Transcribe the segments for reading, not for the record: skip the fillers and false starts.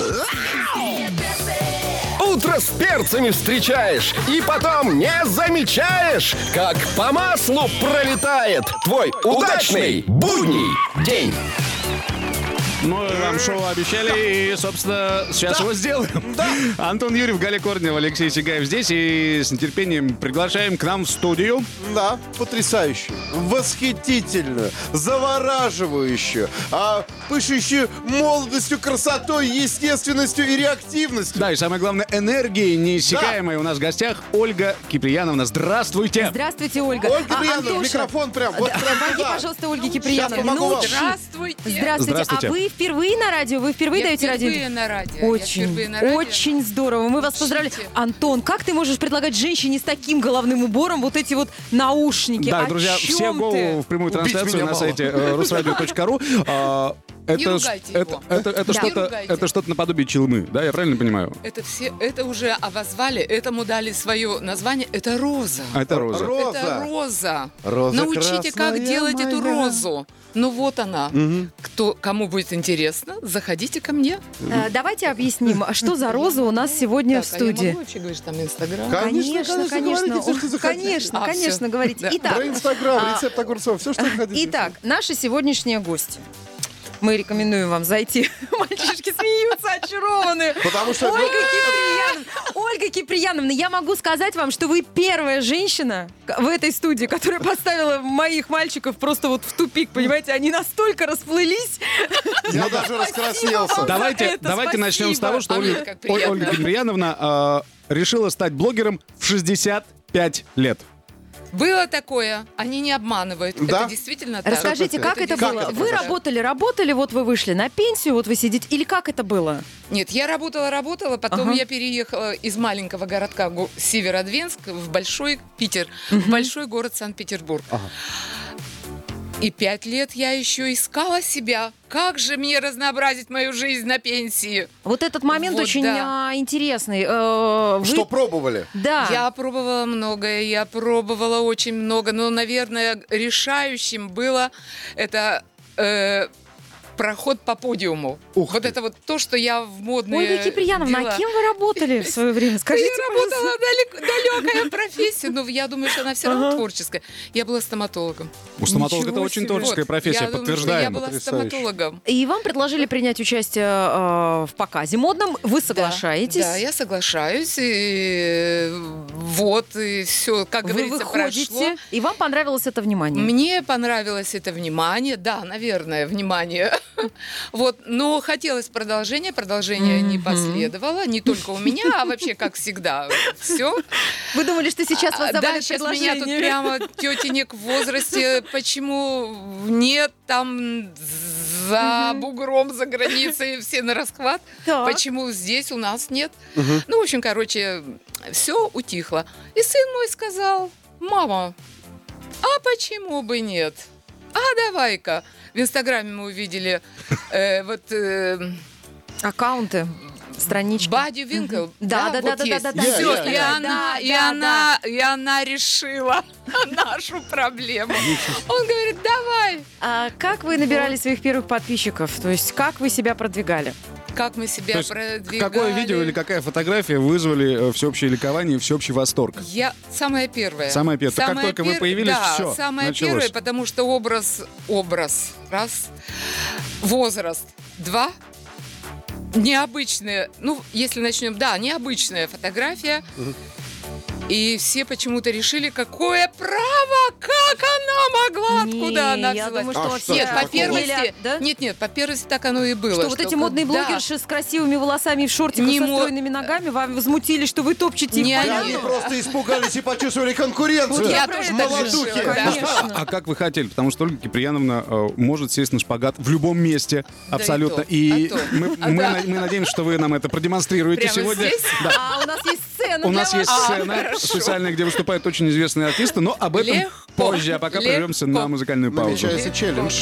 Утро с перцами встречаешь и потом не замечаешь, как по маслу пролетает твой удачный будний день. Мы вам шоу обещали, и, собственно, сейчас его сделаем. Да. Антон Юрьев, Галя Корнева, Алексей Сигаев здесь, и с нетерпением приглашаем к нам в студию. Да, потрясающую, восхитительную, завораживающую, пышущую молодостью, красотой, естественностью и реактивностью. Да, и самое главное, энергией неиссякаемой у нас в гостях Ольга Киприяновна. Здравствуйте! Здравствуйте, Ольга. Ольга Киприяновна, Антоша, микрофон прям, вот прям помоги, туда. пожалуйста, Ольге Киприяновне. Сейчас помогу вам. Здравствуйте. Здравствуйте. Здравствуйте. А вы впервые на радио? Вы впервые даете радио? Впервые на радио. Очень здорово. Мы вас поздравляем. Антон, как ты можешь предлагать женщине с таким головным убором вот эти вот наушники? Да, О друзья, чем все ты? голову в прямую Убить трансляцию меня на мало. сайте rusradio.ru. ругайте его. Не ругайте. Это что-то наподобие челмы, да, я правильно понимаю? Это уже обозвали, этому дали свое название. Это роза. А это роза. Это роза. Роза Научите, как красная делать эту моя. розу. Ну вот она. Кому будет интересно, заходите ко мне. Давайте объясним, что за роза у нас сегодня в Так, а я студии. могу вообще говорить там Инстаграм? Конечно, говорите всё, что захотите. конечно, говорите. Да. Итак, Про Инстаграм, рецепт огурцов, все, что хотите. итак, наши сегодняшние гости. Мы рекомендуем вам зайти. Мальчишки смеются, очарованные. Потому что... Ольга Киприяновна, я могу сказать вам, что вы первая женщина в этой студии, которая поставила моих мальчиков просто вот в тупик, понимаете? Они настолько расплылись. Я даже раскраснелся. Давайте спасибо. начнем с того, что А мне как приятно. Ольга Киприяновна решила стать блогером в 65 лет. Было такое. Они не обманывают. Да? Это действительно так. Расскажите, как это Как было? это Вы произошло? работали, вот вы вышли на пенсию, вот вы сидите, или как это было? Нет, я работала, потом Ага. я переехала из маленького городка Северодвинск в большой Питер, в большой город Санкт-Петербург. И 5 лет я еще искала себя. Как же мне разнообразить мою жизнь на пенсии? Вот этот момент Вот, очень да. Что интересный. пробовали? Да. Я пробовала многое, я пробовала очень много, но, наверное, решающим было это проход по подиуму. Ух Вот ты. это вот то, что я в модные Ольга Киприяновна, дела. а кем вы работали в свое время? Скажите, Я работала далекая профессия, но я думаю, что она все равно творческая. Я была стоматологом. У стоматолога это Ничего очень себе. творческая Вот, профессия, я думаю, что подтверждаем. Я была Потрясающе. стоматологом. И вам предложили принять участие в показе модном. Вы соглашаетесь? Да, я соглашаюсь. И вот, и все, как Вы говорится, выходите, прошло. и вам понравилось это внимание? Мне понравилось это внимание, да, наверное, внимание. Вот, но хотелось продолжения, не последовало, не только у меня, а вообще как всегда. Все. Вы думали, что сейчас вас Да, забрали сейчас меня тут прямо тетенек в возрасте, почему нет там за бугром, за границей, все на расхват, Так. почему здесь у нас нет. Ну, в общем, короче, все утихло. И сын мой сказал: мама, а почему бы нет? А давай-ка. В Инстаграме мы увидели Аккаунты, странички. Бади Винкл. Да. Всё, Я. и она решила нашу проблему. Он говорит: давай. А как вы набирали своих первых подписчиков? То есть как вы себя продвигали? Как мы себя То есть продвигали. какое видео или какая фотография вызвали всеобщее ликование и всеобщий восторг? Я самая первая. Самая первая. Как только вы появились, да, всё, самая началось. первая, потому что образ, раз, возраст, два, необычная, ну, если начнем, да, необычная фотография. И все почему-то решили, какое право, как она могла, откуда она я взялась. думаю, что А все Нет, по такого? первости, Да? нет, по первости так оно и было. Что вот эти модные да. блогерши с красивыми волосами и в шортиках Не со мо- стройными ногами вам возмутились, что вы топчете Не их по они. Они ряду? просто испугались и почувствовали конкуренцию. Вот Я про тоже это так молодухи. решила, да. Конечно. А как вы хотели? Потому что Ольга Киприяновна может сесть на шпагат в любом месте, абсолютно. и то. Да. Мы надеемся, что вы нам это продемонстрируете Прямо сегодня. здесь? Да. А у нас есть сцена У для нас вас. есть сцена хорошо. специальная, где выступают очень известные артисты, но об этом Легко. позже. А пока прервемся на Легко. музыкальную паузу. Намечается челлендж.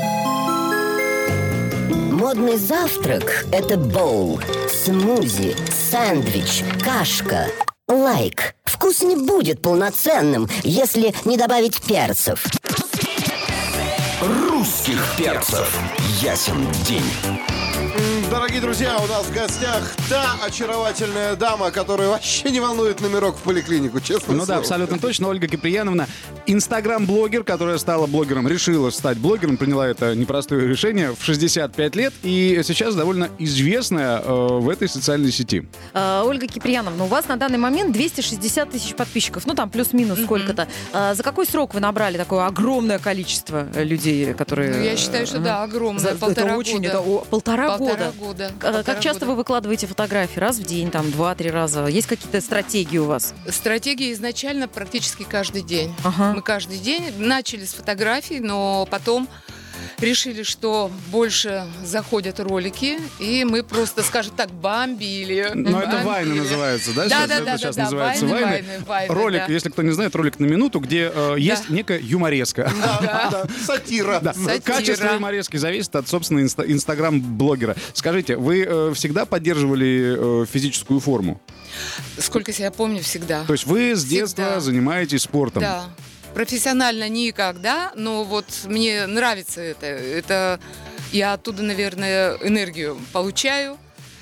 Модный завтрак – это боул, смузи, сэндвич, кашка, лайк. Вкус не будет полноценным, если не добавить перцев. Русских перцев. Ясен день. Дорогие друзья, у нас в гостях та очаровательная дама, которая вообще не волнует номерок в поликлинику, честно. Ну да, абсолютно точно. Ольга Киприяновна, инстаграм-блогер, которая стала блогером, решила стать блогером, приняла это непростое решение в 65 лет и сейчас довольно известная в этой социальной сети. Ольга Киприяновна, у вас на данный момент 260 тысяч подписчиков, ну там плюс-минус сколько-то. За какой срок вы набрали такое огромное количество людей, которые... Ну, я считаю, что да, огромное. Это очень, это полтора года. года. Как часто вы выкладываете фотографии? Раз в день, там, 2-3 раза? Есть какие-то стратегии у вас? Стратегия изначально практически каждый день. Ага. Мы каждый день начали с фотографий, но потом решили, что больше заходят ролики, и мы просто, скажем так, бомбили. Но это вайны называется, да? Сейчас называется вайны. Ролик, да. если кто не знает, ролик на минуту, где есть некая юмореска. Да. Сатира. Да. Качество юморески зависит от, собственно, инстаграм-блогера. Скажите, вы всегда поддерживали физическую форму? Сколько себя помню, всегда. То есть вы с детства Всегда. занимаетесь спортом? Да. Профессионально никогда, но вот мне нравится это. Это я оттуда, наверное, энергию получаю.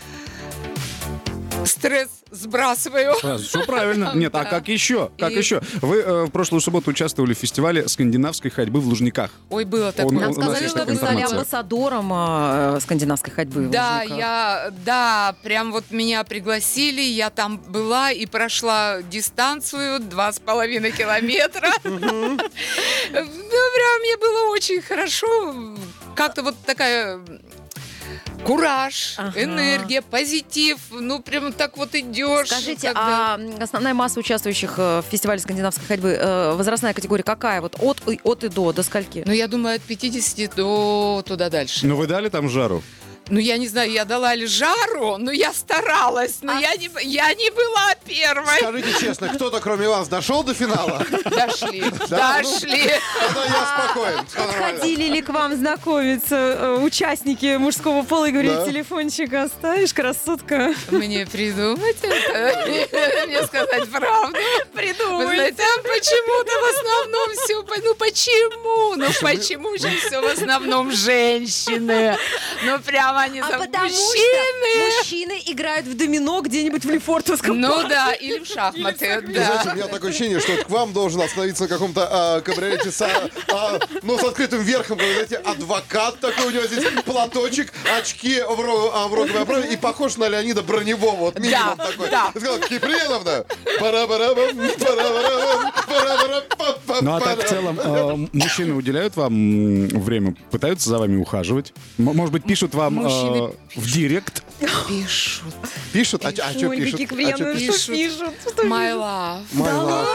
Стресс сбрасываю. Все правильно. Нет, а как еще? Как еще? Вы в прошлую субботу участвовали в фестивале скандинавской ходьбы в Лужниках. Ой, было такое. Нам У нас сказали, есть что такая вы стали информация. амбассадором скандинавской ходьбы. в Да, Лужниках. прям вот меня пригласили, я там была и прошла дистанцию 2,5 километра. Ну, прям мне было очень хорошо. Как-то вот такая... Кураж, Ага. энергия, позитив. Ну, прям так вот идешь. Скажите, когда- а основная масса участвующих в фестивале скандинавской ходьбы, возрастная категория какая? Вот от и до скольки? Ну, я думаю, от 50 до туда дальше. Но вы дали там жару? Ну, я не знаю, я дала ли жару, но я старалась. Но я не была первой. Скажите честно, кто-то кроме вас дошел до финала? Дошли. Да? Дошли. Тогда я спокоен. Всё нормально. Ходили ли к вам знакомиться участники мужского пола и говорили, Да. телефончик оставишь, красотка? Мне придумать это? Мне сказать правду? Вы Придумайте. знаете, а почему-то в основном все... Ну почему? Ну почему же все в основном женщины? Ну прям они А за потому мужчины. что мужчины играют в домино где-нибудь в Лефортовском Ну парке. да, или в шахматы, Вы знаете, у да. меня такое ощущение, что к вам должен остановиться на каком-то кабриолете с открытым верхом, знаете, адвокат такой, у него здесь платочек, очки в роговой оправе и похож на Леонида Броневого, вот минимум Да, такой. да. Я сказал, Киприяновна, пара-барабам, пара-барабам, пара-барабам. Ну а так в целом мужчины уделяют вам время, пытаются за вами ухаживать? Может быть, пишут вам Мужчины в директ? Пишут. Пишут? А что Ольга пишут? Киприяновна, что пишут? пишут? Что My love. My love.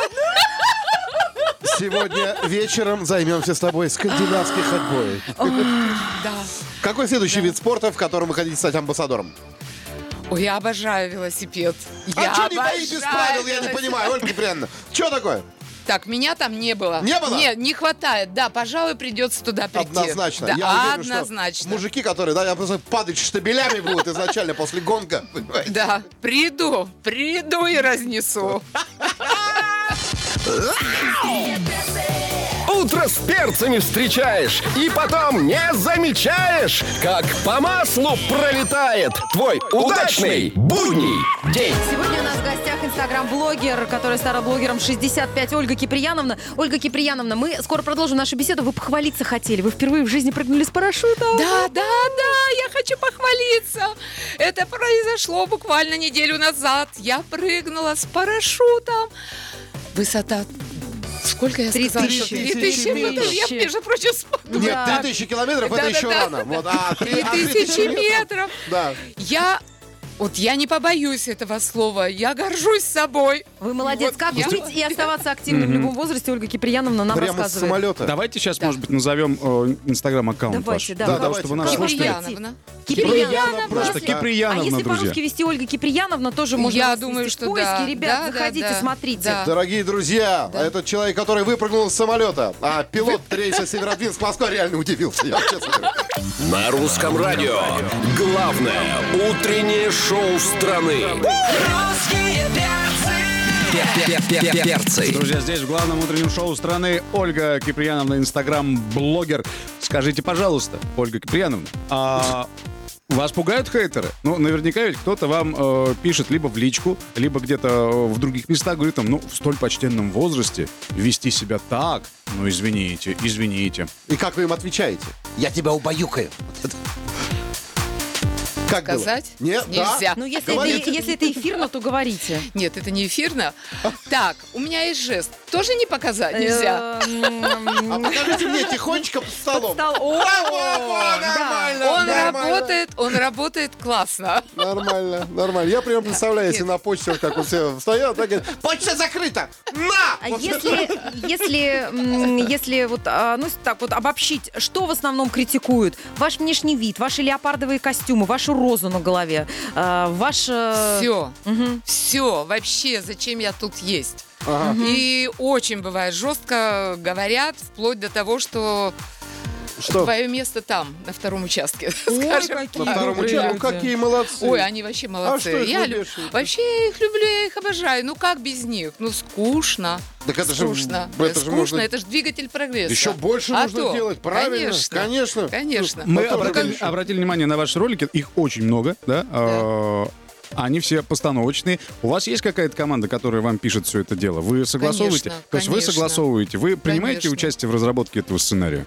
Сегодня вечером займемся с тобой скандинавской ходьбой. Да. Какой следующий вид спорта, в котором вы хотите стать амбассадором? Ой, я обожаю велосипед. А что не бои без правил, я не понимаю, Ольга Киприяновна. Что такое? Так, меня там не было. Не было? Нет, не хватает. Да, пожалуй, придется туда прийти. Однозначно. Да, Я уверен, однозначно. что мужики, которые, да, я просто падать штабелями будут изначально после гонга. Понимаете? Да, приду и разнесу. Утро с перцами встречаешь и потом не замечаешь, как по маслу пролетает твой удачный будний день. Сегодня у нас в гостях инстаграм-блогер, которая стала блогером 65, Ольга Киприяновна. Ольга Киприяновна, мы скоро продолжим нашу беседу. Вы похвалиться хотели. Вы впервые в жизни прыгнули с парашютом. Да, я хочу похвалиться. Это произошло буквально неделю назад. Я прыгнула с парашютом. Высота... Сколько я сказала? 3000. 3000 метров. Я, между прочим, смотрю. Нет, Да. 3000 километров, это Да, еще да, рано. да. Вот, 3000 метров. Да. Я не побоюсь этого слова. Я горжусь собой. Вы молодец. Вот Как я- быть и оставаться активным в любом возрасте, Ольга Киприяновна нам Прямо с рассказывает. самолета. Давайте сейчас, может быть, назовем инстаграм-аккаунт Давайте, ваш. да. Для того, давайте. чтобы нас слушали. Киприяновна. Киприяновна. Просто Если- Киприяновна, А если друзья. по-русски вести Ольга Киприяновна, тоже можно Я вас думаю, ввести в что поиски. да. Ребят, Да, заходите, да. смотрите. Да. Дорогие друзья, этот человек, который выпрыгнул с самолета, а пилот рейса Северодвинск-Москва реально удивился, я честно говорю. На русском радио главное утреннее шоу страны. Перцы. Друзья, здесь в главном утреннем шоу страны Ольга Киприяновна, инстаграм-блогер. Скажите, пожалуйста, Ольга Киприяновна, Вас пугают хейтеры? Ну, наверняка ведь кто-то вам пишет либо в личку, либо где-то в других местах, говорит там, в столь почтенном возрасте вести себя так, извините. И как вы им отвечаете? Я тебя убаюкаю. Как Сказать? было? Нет, нельзя. Ну, если это эфирно, то говорите. Нет, это не эфирно. Так, у меня есть жест. Тоже не показать нельзя. А покажите мне тихонечко под столом. Нормально. Он работает классно. Нормально. Я прям представляю, если на почте как вот все стоят, так говорят, почта закрыта! На! А если вот, так вот обобщить, что в основном критикуют? Ваш внешний вид, ваши леопардовые костюмы, вашу розу на голове, Все. Все. Вообще, зачем я тут есть? И очень бывает жестко говорят, вплоть до того, что твое место там, на втором участке. Скажем. На втором участке. Какие молодцы. Ой, они вообще молодцы. что их Я вешаете? вообще их люблю, я их обожаю. Ну как без них? Ну скучно. Так это же- скучно. это же Скучно, можно- это же двигатель прогресса. Еще больше А нужно то. делать, правильно? Конечно. Конечно. Мы Потом обратили внимание на ваши ролики, их очень много, да? Они все постановочные. У вас есть какая-то команда, которая вам пишет все это дело? Вы согласовываете? Конечно, То есть вы конечно. согласовываете? Вы принимаете Конечно. участие в разработке этого сценария?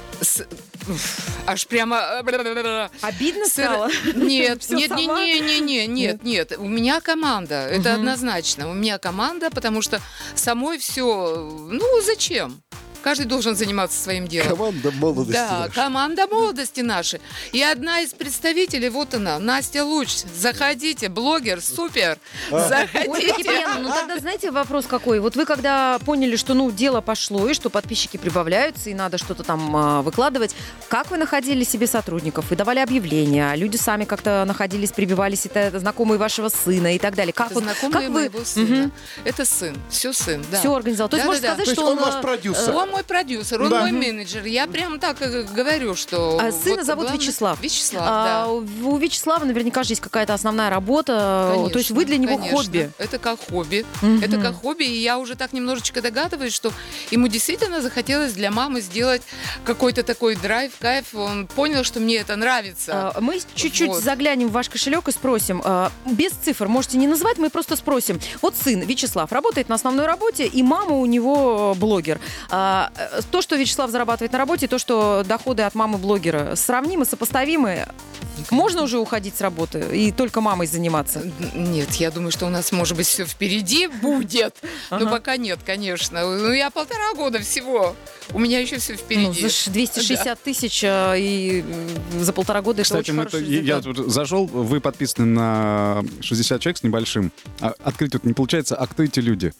Аж прямо... обидно стало? Нет, Всё нет, сама? нет. У меня команда, это однозначно. У меня команда, потому что самой все... зачем? Каждый должен заниматься своим делом. Команда молодости. Да, наша. команда молодости нашей. И одна из представителей, вот она, Настя Луч. Заходите, блогер, супер. Ольга Заходите. Киприановна, тогда знаете вопрос какой? Вот вы когда поняли, что дело пошло, и что подписчики прибавляются, и надо что-то там выкладывать, как вы находили себе сотрудников? Вы давали объявления, люди сами как-то находились, прибивались, это знакомые вашего сына и так далее. Как Это вот, знакомый как вы моего сына. Это сын, все сын, да. все организовал? То есть можно сказать, То есть что он ваш продюсер. Он мой продюсер, он мой менеджер. Я прям так говорю, что... Сына зовут главное- Вячеслав. Вячеслав, да. У Вячеслава наверняка же есть какая-то основная работа. Конечно, То есть вы для него конечно. хобби. Это как хобби. Это как хобби. И я уже так немножечко догадываюсь, что ему действительно захотелось для мамы сделать какой-то такой драйв, кайф. Он понял, что мне это нравится. Мы чуть-чуть Вот. заглянем в ваш кошелек и спросим. Без цифр можете не называть, мы просто спросим. Вот сын Вячеслав работает на основной работе, и мама у него блогер. То, что Вячеслав зарабатывает на работе, и то, что доходы от мамы блогера, сравнимы, сопоставимы? Можно уже уходить с работы и только мамой заниматься? Нет, я думаю, что у нас, может быть, все впереди будет. Но пока нет, конечно. Я 1,5 года всего. У меня еще все впереди. За 260 тысяч и за 1,5 года Кстати, это очень хороший я результат. тут зашел, вы подписаны на 60 человек с небольшим. Открыть вот не получается. А кто эти люди?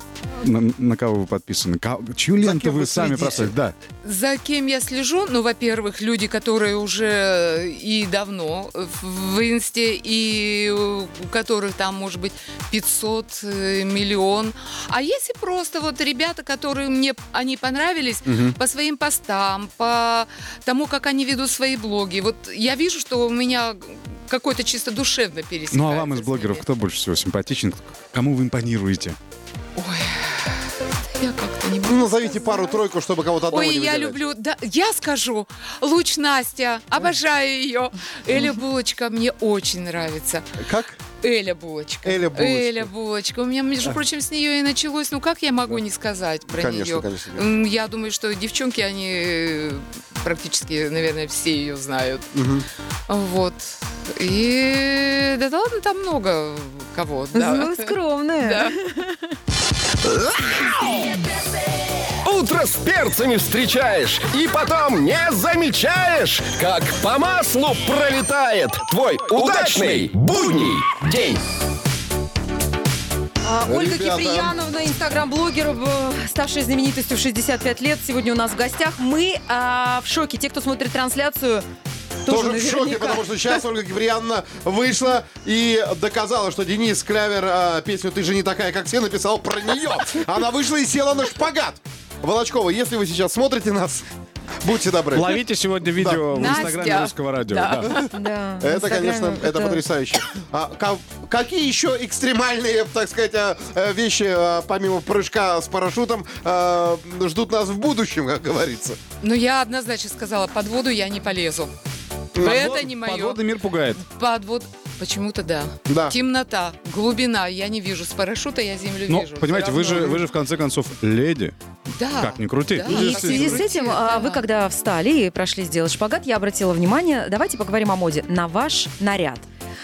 На кого вы подписаны? Чью ленту кем вы вы сами следите? проследите? Да. За кем я слежу? Ну, во-первых, люди, которые уже и давно в инсте, и у которых там, может быть, 500, миллион. А есть и просто вот ребята, которые они понравились по своим постам, по тому, как они ведут свои блоги. Вот я вижу, что у меня какой-то чисто душевно пересекается. Ну а вам из с блогеров ними. кто больше всего симпатичен? Кому вы импонируете? Я как-то не могу. Назовите пару-тройку, чтобы кого-то одного Ой, не я выделять. люблю, да, я скажу, Луч Настя, обожаю ее. Эля Булочка мне очень нравится. Как? Эля Булочка. Эля Булочка. Эля Булочка. У меня, между прочим, с нее и началось. Ну, как я могу не сказать про Конечно, нее? конечно. Я думаю, что девчонки, они практически, наверное, все ее знают. Вот. И да ладно, там много кого. Да. Ну, скромная. Да. Утро с перцами встречаешь и потом не замечаешь, как по маслу пролетает твой удачный будний день. Ольга Ребята. Киприяновна, инстаграм-блогер, ставшая знаменитостью в 65 лет, сегодня у нас в гостях. Мы в шоке. Те, кто смотрит трансляцию, Тоже в шоке, наверняка. потому что сейчас Ольга Киприановна вышла и доказала, что Денис Клявер песню «Ты же не такая, как все» написал про нее. Она вышла и села на шпагат. Волочкова, если вы сейчас смотрите нас, будьте добры. Ловите сегодня видео в Настя. инстаграме Русского радио. Да. Да. Да, в Это, Инстаграме конечно, это потрясающе. Какие еще экстремальные, так сказать, вещи, помимо прыжка с парашютом, ждут нас в будущем, как говорится? Но я однозначно сказала, под воду я не полезу. Это не мое. Подводный мир пугает. Почему-то да. Да. Темнота, глубина, я не вижу. С парашюта я землю Ну, вижу. понимаете, вы же в конце концов леди. Да. Как ни крути. Да. И в как связи ни с крути, этим, да. вы когда встали и прошли сделать шпагат, я обратила внимание, давайте поговорим о моде, на ваш наряд.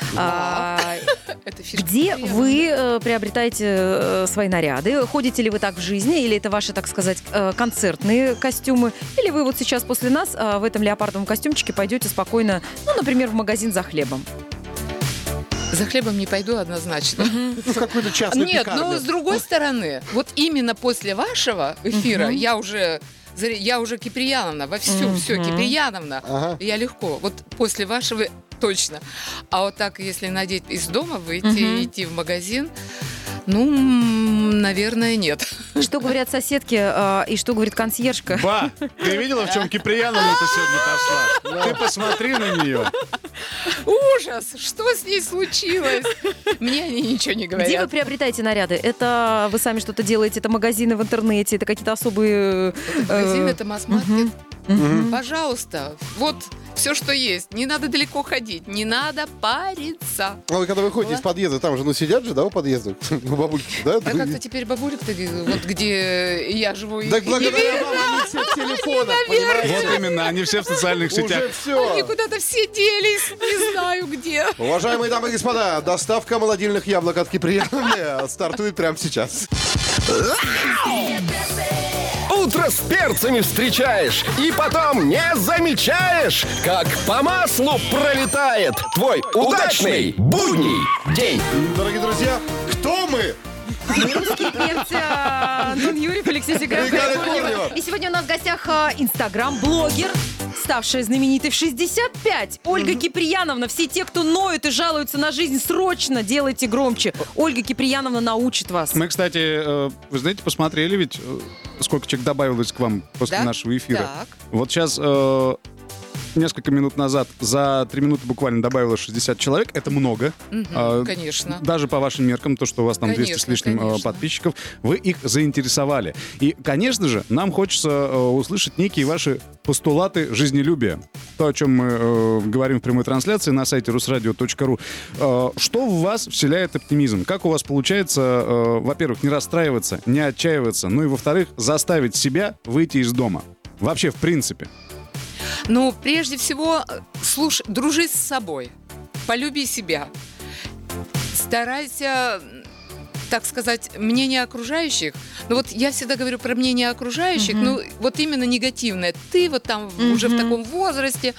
Это фишка Где приятная. вы приобретаете свои наряды? Ходите ли вы так в жизни? Или это ваши, так сказать, концертные костюмы? Или вы вот сейчас после нас в этом леопардовом костюмчике пойдете спокойно, ну, например, в магазин за хлебом? За хлебом не пойду однозначно. В какую-то частную Нет, пекарню. но с другой стороны, вот именно после вашего эфира я уже Киприяновна, все, Киприяновна. Ага. Я легко. Вот после вашего точно. А вот так, если надеть из дома, выйти и идти в магазин, ну, наверное, нет. Что говорят соседки и что говорит консьержка? Ба, ты видела, в чем Киприяновна-то сегодня пошла? Ты посмотри на нее. Ужас! Что с ней случилось? Мне они ничего не говорят. Где вы приобретаете наряды? Это вы сами что-то делаете? Это магазины в интернете? Это какие-то особые... Магазин, это масс-маркет. Пожалуйста, вот все, что есть. Не надо далеко ходить, не надо париться. А вы когда выходите из подъезда, там же, сидят же, да, у подъезда? У бабульки, да? А как-то теперь бабулек-то, вот где я живу, Так их не благодаря видно. вам они все в телефонах, понимаете? Вот именно, они все в социальных Уже сетях. все. Они куда-то все делись, не знаю где. Уважаемые дамы и господа, доставка молодильных яблок от Киприяновны стартует прямо сейчас. Утро с перцами встречаешь и потом не замечаешь, как по маслу пролетает твой удачный будний день. Дорогие друзья, кто мы? Русские перцы, Антон Юрьев, Алексей Сигарев. Галя Корнева. И сегодня у нас в гостях инстаграм-блогер, ставшая знаменитой в 65. Ольга Киприяновна. Все те, кто ноют и жалуются на жизнь, срочно делайте громче. Ольга Киприяновна научит вас. Мы, кстати, вы знаете, посмотрели ведь, сколько человек добавилось к вам после Да? нашего эфира. Так. Вот сейчас несколько минут назад за 3 минуты буквально добавилось 60 человек. Это много. Конечно. Даже по вашим меркам, то, что у вас там 200 с лишним конечно. подписчиков, вы их заинтересовали. И, конечно же, нам хочется услышать некие ваши постулаты жизнелюбия. То, о чем мы говорим в прямой трансляции на сайте rusradio.ru. Что в вас вселяет оптимизм? Как у вас получается, во-первых, не расстраиваться, не отчаиваться, ну и, во-вторых, заставить себя выйти из дома? Вообще, в принципе. Ну, прежде всего, дружи с собой, полюби себя. Старайся, так сказать, мнение окружающих. Ну вот я всегда говорю про мнение окружающих, ну вот именно негативное. Ты вот там уже в таком возрасте.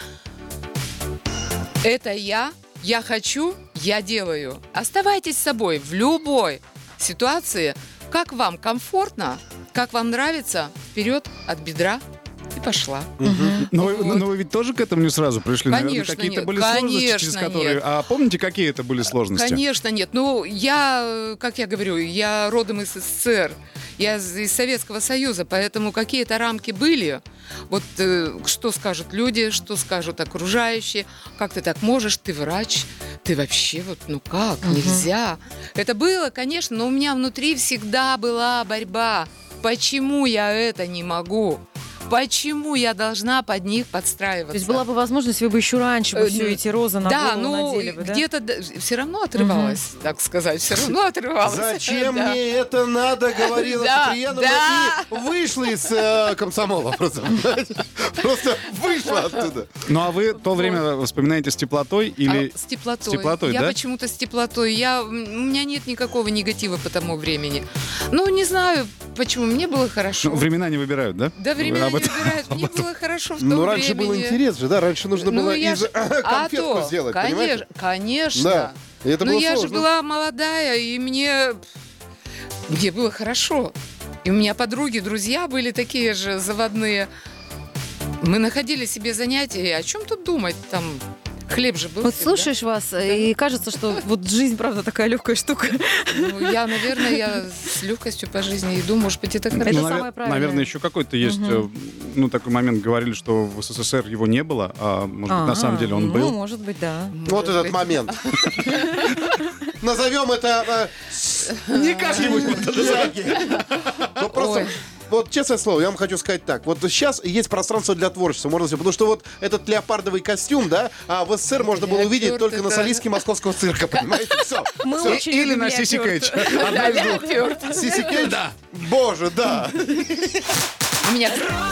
Это я хочу, я делаю. Оставайтесь с собой в любой ситуации. Как вам комфортно, как вам нравится, вперед от бедра. И пошла. Но вы ведь тоже к этому не сразу пришли? Наверное, Конечно, какие-то нет. были сложности, через Конечно, которые... нет. А помните, какие это были сложности? Конечно, нет. Ну, я, как я говорю, я родом из СССР, я из Советского Союза, поэтому какие-то рамки были. Вот что скажут люди, что скажут окружающие. Как ты так можешь, ты врач, ты вообще вот, ну как, нельзя. Это было, конечно, но у меня внутри всегда была борьба. Почему я это не могу? Почему я должна под них подстраиваться? То есть была бы возможность, вы бы еще раньше бы все эти розы на да, голову ну надели бы, да? где-то все равно отрывалась, так сказать, все равно отрывалась. Зачем Да. мне это надо, говорила Да, Киприяновна, да. и вышла из комсомола. Просто вышла оттуда. Ну а вы то время вспоминаете с теплотой или... С теплотой. С теплотой, я да? почему-то с теплотой. У меня нет никакого негатива по тому времени. Ну, не знаю, почему. Мне было хорошо. Ну, времена не выбирают, да? Да, времена Об не этом- выбирают. Мне было хорошо в том Ну, раньше времени. был интерес же, да? Раньше нужно Ну, было я из же- конфетку то, сделать, конечно, понимаете? конечно. Да. И это Но было я же сложно. была молодая, и мне было хорошо. И у меня подруги, друзья были такие же заводные. Мы находили себе занятия. И о чем тут думать? Там хлеб же был. Вот всегда. слушаешь вас, и кажется, что вот жизнь, правда, такая легкая штука. Ну, наверное, я с легкостью по жизни иду. Может быть, это Это хорошо. самое правильное. Наверное, еще какой-то есть, такой момент, говорили, что в СССР его не было, а может быть, на самом деле он Ну, был. может быть, да. Вот этот момент. Назовем это не как-нибудь. Ну, просто Ой. вот честное слово, я вам хочу сказать так. Вот сейчас есть пространство для творчества, можно сказать, потому что вот этот леопардовый костюм, да, в СССР можно было увидеть Леопард только на это- солистке московского цирка, понимаете? Все. Мы очень Или любим на Сиси леопард. Кэтч. Одна из двух. Сиси Кэтч? Да. Боже, да. У меня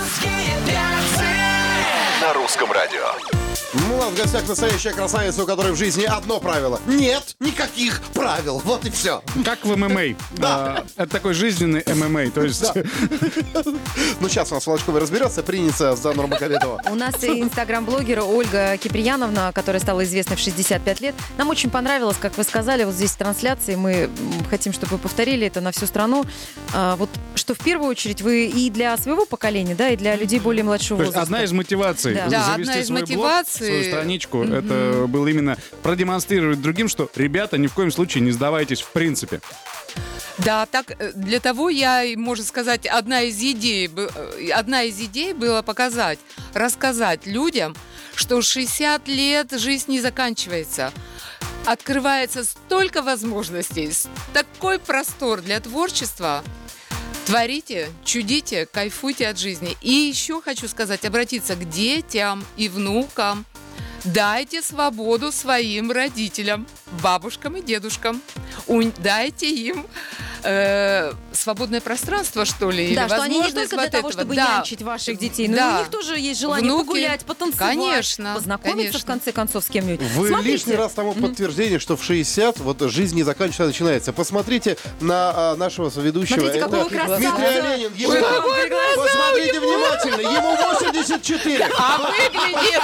На русском радио. У нас в гостях настоящая красавица, у которой в жизни одно правило. Нет никаких правил. Вот и все. Как в ММА. Это такой жизненный ММА. То есть Ну, сейчас у нас Волочкова разберется, принится за Нурмагомедова. У нас и инстаграм-блогер Ольга Киприяновна, которая стала известной в 65 лет. Нам очень понравилось, как вы сказали, вот здесь в трансляции. Мы хотим, чтобы вы повторили это на всю страну. Вот что в первую очередь вы и для своего поколения, да, и для людей более младшего То есть возраста. одна из мотиваций Да. Да, завести одна из свой блог, мотиваций. свою страничку, это было именно продемонстрировать другим, что, ребята, ни в коем случае не сдавайтесь в принципе. Да, так для того я, можно сказать, одна из идей была показать, рассказать людям, что 60 лет жизнь не заканчивается. Открывается столько возможностей, такой простор для творчества. Творите, чудите, кайфуйте от жизни. И еще хочу сказать, обратиться к детям и внукам. Дайте свободу своим родителям, бабушкам и дедушкам. Дайте им свободное пространство, что ли, Да, или что они не возможность только для вот того, этого. чтобы Да. нянчить ваших детей, но и Да. у них тоже есть желание Внуки. погулять, потанцевать, Конечно, познакомиться, конечно. в конце концов, с кем-нибудь. Вы Смотрите. лишний раз тому подтверждение, что в 60 вот жизнь не заканчивается, а начинается. Посмотрите на нашего соведущего. Смотрите, какой вы красавец. Дмитрий Оленин. Посмотрите внимательно. Ему 84. А выглядит...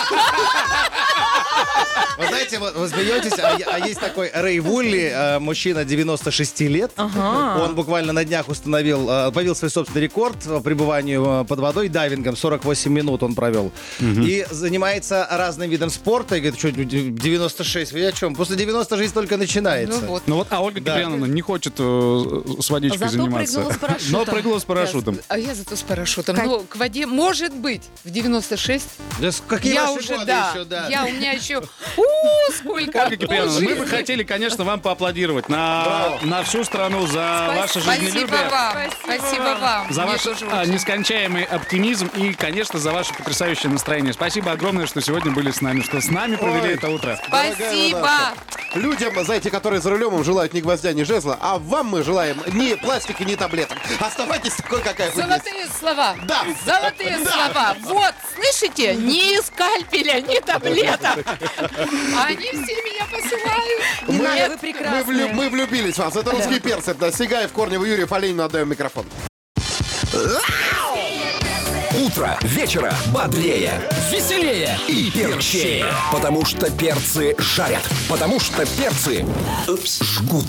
Вы знаете, вы смеетесь, а есть такой Рэй Вулли, мужчина 96 лет. Ага. Он буквально на днях побил свой собственный рекорд по пребыванию под водой, дайвингом. 48 минут он провел. И занимается разным видом спорта. И говорит, что 96, вы о чем? После 90 жизнь только начинается. Ну вот. Ну вот, Ольга Да. Киприяновна не хочет с водичкой Зато заниматься. прыгнула с парашютом. Но прыгнула с парашютом. А я зато с парашютом. Как- Ну, к воде, может быть, в 96. Да какие Я ваши уже, годы да. еще, да. У меня еще... Сколько? Ольга Киприяновна, мы бы Полжизни. хотели, конечно, вам поаплодировать на всю страну за ваше Спасибо жизнелюбие. вам. Спасибо вам. За Мне ваш тоже очень. нескончаемый оптимизм и, конечно, за ваше потрясающее настроение. Спасибо огромное, что сегодня были с нами, что с нами провели Ой. это утро. Спасибо. Людям, знаете, которые за рулем, им желают ни гвоздя, ни жезла, а вам мы желаем ни пластика, ни таблеток. Оставайтесь такой, какая вы есть. Золотые слова. Да. Золотые слова. Вот, слышите? Ни скальпеля, ни таблеток. Они все меня посылают. Не надо, вы Мы, прекрасные. мы влюбились в вас. Это русские перцы. Да, Сигаев, Корнева, Юрий Оленину отдаем микрофон. Утро вечера бодрее, веселее и перчее. Потому что перцы жарят. Потому что перцы жгут.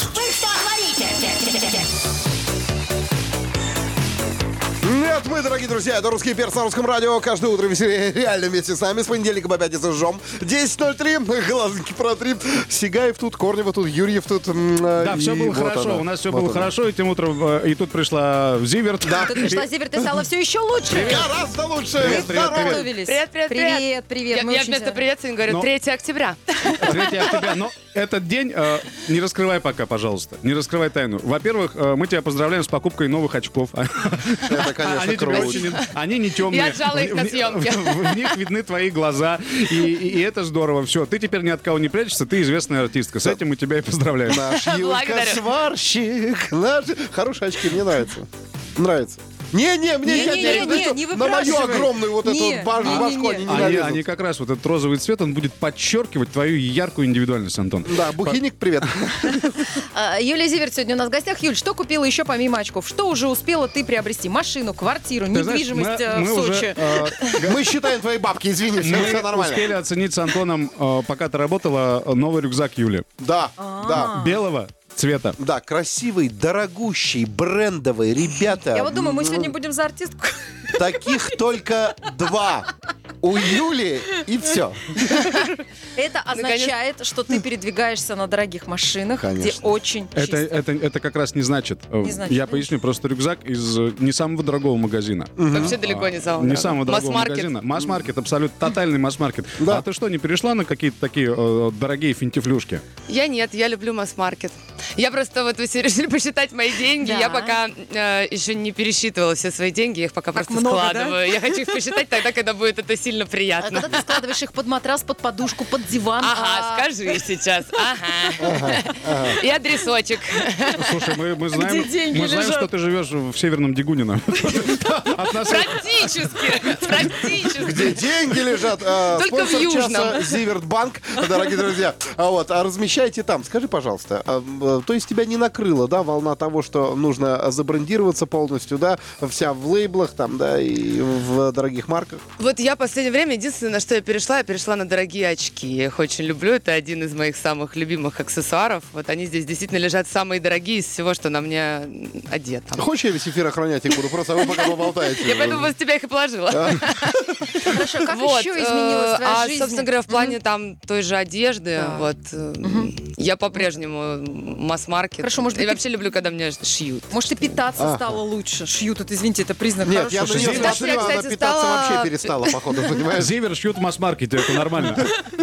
Нет, мы, дорогие друзья, это «Русские перцы» на Русском радио. Каждое утро веселее реально вместе с нами. С понедельника по пятницу жжем. 10:03, глазки протри. Сигаев тут, Корнева тут, Юрьев тут. Да, все и было вот хорошо. она. У нас все Вот было она. хорошо. Этим утром и тут пришла Зиверт. Да. Тут пришла Зиверт и стало все еще лучше. Гораздо лучше. Привет, привет, Здорово. Готовились. Привет, привет, привет. Привет, привет. Я Мы очень вместо рады. приветствия говорю Ну. 3 октября. 3 октября. Но этот день не раскрывай пока, пожалуйста. Не раскрывай тайну. Во-первых, мы тебя поздравляем с покупкой новых очков. Это, конечно, Они тебе круто. очень... Они не темные. Я отжала их на съемке. В них видны твои глаза. И это здорово. Все, ты теперь ни от кого не прячешься, ты известная артистка. С этим мы тебя и поздравляем. Наш Юлька Благодарю. сварщик. Хорошие очки, мне нравятся. Нравится. Не, мне Не на мою выпрашивай. огромную вот эту Не, башку не. они не Они налезут. как раз вот этот розовый цвет, он будет подчеркивать твою яркую индивидуальность, Антон. Да, Бухинник, привет. Юлия Зиверт сегодня у нас в гостях. Юль, что купила еще помимо очков? Что уже успела ты приобрести? Машину, квартиру, Ты знаешь, недвижимость мы в уже, Сочи? Мы считаем твои бабки, извини, все мы нормально. успели оценить с Антоном, пока ты работала, новый рюкзак Юли. Да, А. да. Белого цвета. Да, красивый, дорогущий, брендовый, ребята. Я вот думаю, мы сегодня будем за артистку. Таких только 2. У Юли и все. Это означает, что ты передвигаешься на дорогих машинах, где Конечно. очень чисто. Это как раз не значит. значит, Я да? поясню, просто рюкзак из не самого дорогого магазина. Вообще далеко не самого. Не самого дорогого Масс-маркет. магазина. Масс-маркет, абсолютно тотальный масс-маркет. Да. А ты что, не перешла на какие-то такие дорогие финтифлюшки? Я нет, я люблю масс-маркет. Я просто, вот вы все решили посчитать мои деньги. Да. Я пока еще не пересчитывала все свои деньги, я их пока Так просто много, складываю. Я хочу их посчитать тогда, когда будет это сильно А приятно. когда ты складываешь их под матрас, под подушку, под диван. Ага, скажи сейчас. Ага. И адресочек. Слушай, мы знаем, Где деньги мы знаем, лежат? что ты живешь в Северном Дегунино. От нас Практически. Где деньги лежат? Только в Спонсор Южном. часа Зиверт-банк, дорогие друзья. А размещайте там. Скажи, пожалуйста, то есть тебя не накрыла, да, волна того, что нужно забрендироваться полностью, да, вся в лейблах там, да, и в дорогих марках? Вот я в последнее время, единственное, на что я перешла на дорогие очки. Я их очень люблю, это один из моих самых любимых аксессуаров. Вот они здесь действительно лежат самые дорогие из всего, что на мне одето. Хочешь, я весь эфир охранять их буду? Просто вы пока поболтаете. Я поэтому возле тебя их и положила. Хорошо, как Вот, еще изменилась твоя жизнь? собственно говоря, в плане там той же одежды, Так. вот, я по-прежнему масс-маркет. Хорошо, может И быть, вообще люблю, когда мне шьют. Может, и питаться стало лучше. Шьют, это, извините, это признак Нет, я на хорошего. нее Сейчас смотрю, я, она кстати, питаться стала- вообще перестала, походу, понимаешь? Зивер шьют в масс-маркете, это нормально.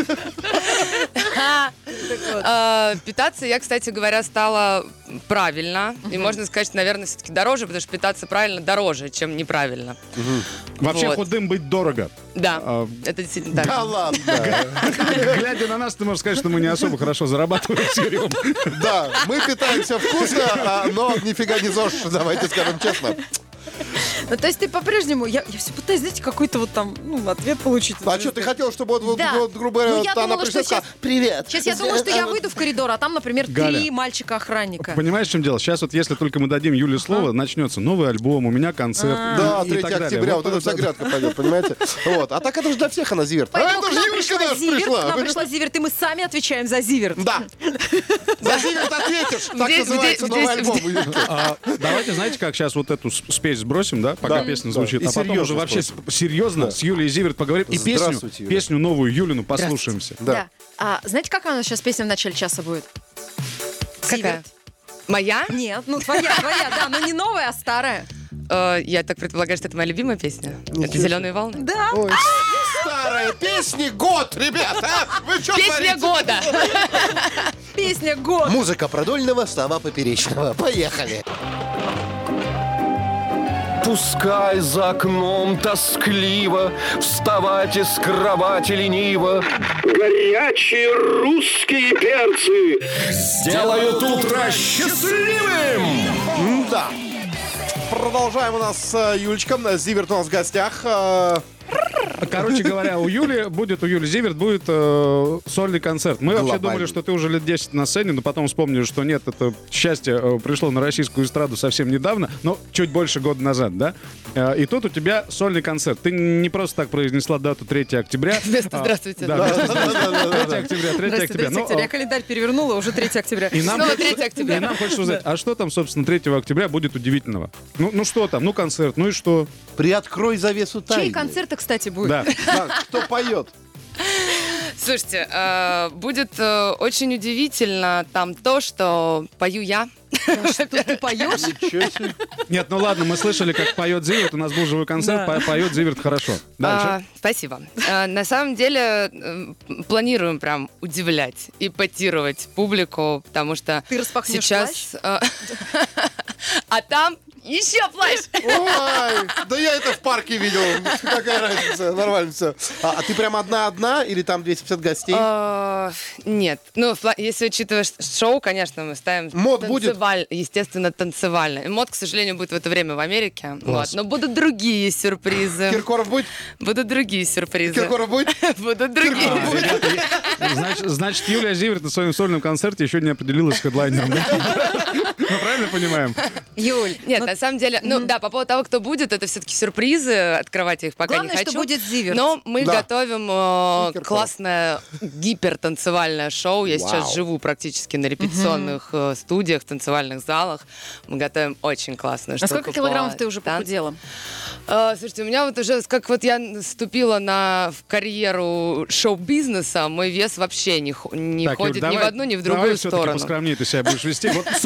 Питаться я, кстати говоря, стала правильно. И можно сказать, что, наверное, все-таки дороже, потому что питаться правильно дороже, чем неправильно. Вообще Вот. худым быть дорого. Да, А, это действительно так. Да ладно. Глядя на нас, ты можешь сказать, что мы не особо хорошо зарабатываем с Юрием. Да, мы питаемся вкусно, но нифига не ЗОЖ, давайте скажем честно. Ну, то есть ты по-прежнему, я все пытаюсь, знаете, какой-то вот там, ответ получить. А что, ты хотел, чтобы Да. грубо говоря, Ну, я вот она думала, пришла и что сказала, привет. Сейчас я думаю, что я выйду в коридор, а там, например, Галя. 3 мальчика-охранника. Понимаешь, в чем дело? Сейчас вот если только мы дадим Юле слово, начнется новый альбом, у меня концерт. Да, и 3 так далее. октября, вот эта вся грядка пойдет, понимаете? Вот. А так это же для всех она Зиверт. А Поэтому это к же нам Юлька пришла наша Зиверт, к пришла. нам пришла Зиверт, и мы сами отвечаем за Зиверт. Да. За Зиверт ответишь. Так Здесь- называется здесь- новый здесь- альбом у Юльки. Давайте, знаете, как сейчас вот эту спесь сбросим, да, пока Да. песня Да. звучит, И а потом серьезно уже вообще спросим. серьезно с Юлей Зиверт поговорим и Здравствуйте, Юля. песню новую Юлину послушаемся. Да. Знаете, какая у нас сейчас песня в начале часа будет? Какая? Зиверт. Моя? Нет, твоя, да, но не новая, а старая. Я так предполагаю, что это моя любимая песня. Это «Зеленые волны». Да. Ой, старая песни год, ребята. Вы что Песня года! Песня «Год». Музыка Продольного, слова Поперечного. Поехали. Пускай за окном тоскливо вставать из кровати лениво. Горячие русские перцы сделают утро счастливым. Да. Продолжаем у нас Юлечка. Зиверт у нас в гостях. Короче говоря, у Юли Зиверт будет сольный концерт. Мы вообще Глобальный. думали, что ты уже лет 10 на сцене, но потом вспомнили, что нет, это счастье пришло на российскую эстраду совсем недавно, но чуть больше года назад, да? И тут у тебя сольный концерт. Ты не просто так произнесла дату 3 октября. Вместо «здравствуйте». Да, вместо 3 октября, 3 Здрасте, октября. 3 Ну, октября. Я календарь перевернула, уже 3 октября. И нам, Снова хочется, 3 октября. и нам хочется узнать, а что там, собственно, 3 октября будет удивительного? Ну что там? Ну концерт, ну и что? Приоткрой завесу тайны. Чей концерт, кстати, будет? Да. Да, кто поет? Слушайте, будет очень удивительно там то, что пою я. Что ты поешь? Ничего себе. Нет, ну ладно, мы слышали, как поет Зиверт, у нас был живой концерт, поет Зиверт хорошо. Дальше. Спасибо. На самом деле планируем прям удивлять, эпатировать публику, потому что Ты распахнешь сейчас... А там еще плащ! Ой, да я это в парке видел. Какая разница, нормально все. А ты прям одна-одна или там 250 гостей? Нет. Ну, если учитывать шоу, конечно, мы ставим Мод будет? естественно, танцевальный. Мод, к сожалению, будет в это время в Америке. Вот. Но будут другие сюрпризы. Киркоров будет? Будут другие сюрпризы. Киркоров будет? Будут другие. Значит, Юлия Зиверт на своем сольном концерте еще не определилась с хедлайнером. Мы правильно понимаем? Юль, Нет, на самом деле, ну да, по поводу того, кто будет, это все-таки сюрпризы, открывать их пока главное, не хочу. что будет Зиверт. Но мы Да. готовим классное гипертанцевальное шоу. Я сейчас живу практически на репетиционных студиях, танцевальных залах. Мы готовим очень классную На штуку. сколько килограммов по ты уже танцу. похудела? Слушайте, у меня вот уже, как вот я вступила в карьеру шоу-бизнеса, мой вес вообще не Так, ходит Юль, ни в одну, ни в другую давай все-таки сторону. поскромнее ты себя будешь вести. Вот сольный концерт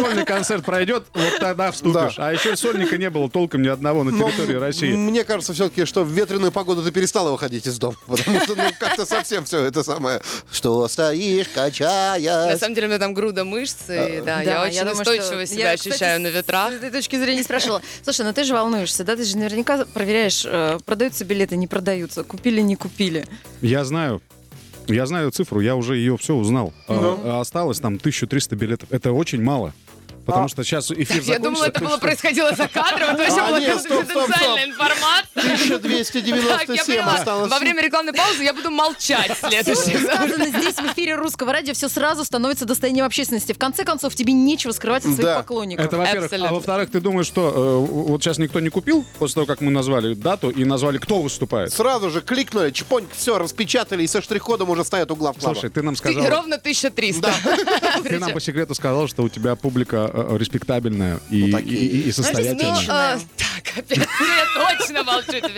концерт пройдет, вот тогда вступишь. А еще сольника не было толком ни одного на территории России. Мне кажется все-таки, что в ветреную погоду ты перестала выходить из дома. Потому что как-то совсем все это самое. Что стоишь, качая. На самом деле у меня там груда мышц, и да, я очень думаю, устойчиво что- себя я, кстати, ощущаю на ветрах. С этой точки зрения не спрашивала. Слушай, ну ты же волнуешься, да? Ты же наверняка проверяешь, продаются билеты, не продаются, купили, не купили. Я знаю цифру, я уже ее все узнал. Осталось там 1300 билетов. Это очень мало. Потому что сейчас эфир закончится. Я думала, это было происходило за кадром, это вообще была нет, стоп. конфиденциальная информация. 1297 поняла. осталось. Во время рекламной паузы я буду молчать следующий. Сказано здесь в эфире Русского радио, все сразу становится достоянием общественности. В конце концов, тебе нечего скрывать от своих Да. поклонников. Это, во-первых. Абсолютно. А во-вторых, ты думаешь, что вот сейчас никто не купил, после того, как мы назвали дату и назвали, кто выступает? Сразу же кликнули, чпонь, все, распечатали, и со штрих-кодом уже стоят у глав клаба. Слушай, ты нам И сказал, ровно 1300. ты нам по секрету сказал, что у тебя публика респектабельная и состоятельная. Так, опять я точно молчу теперь.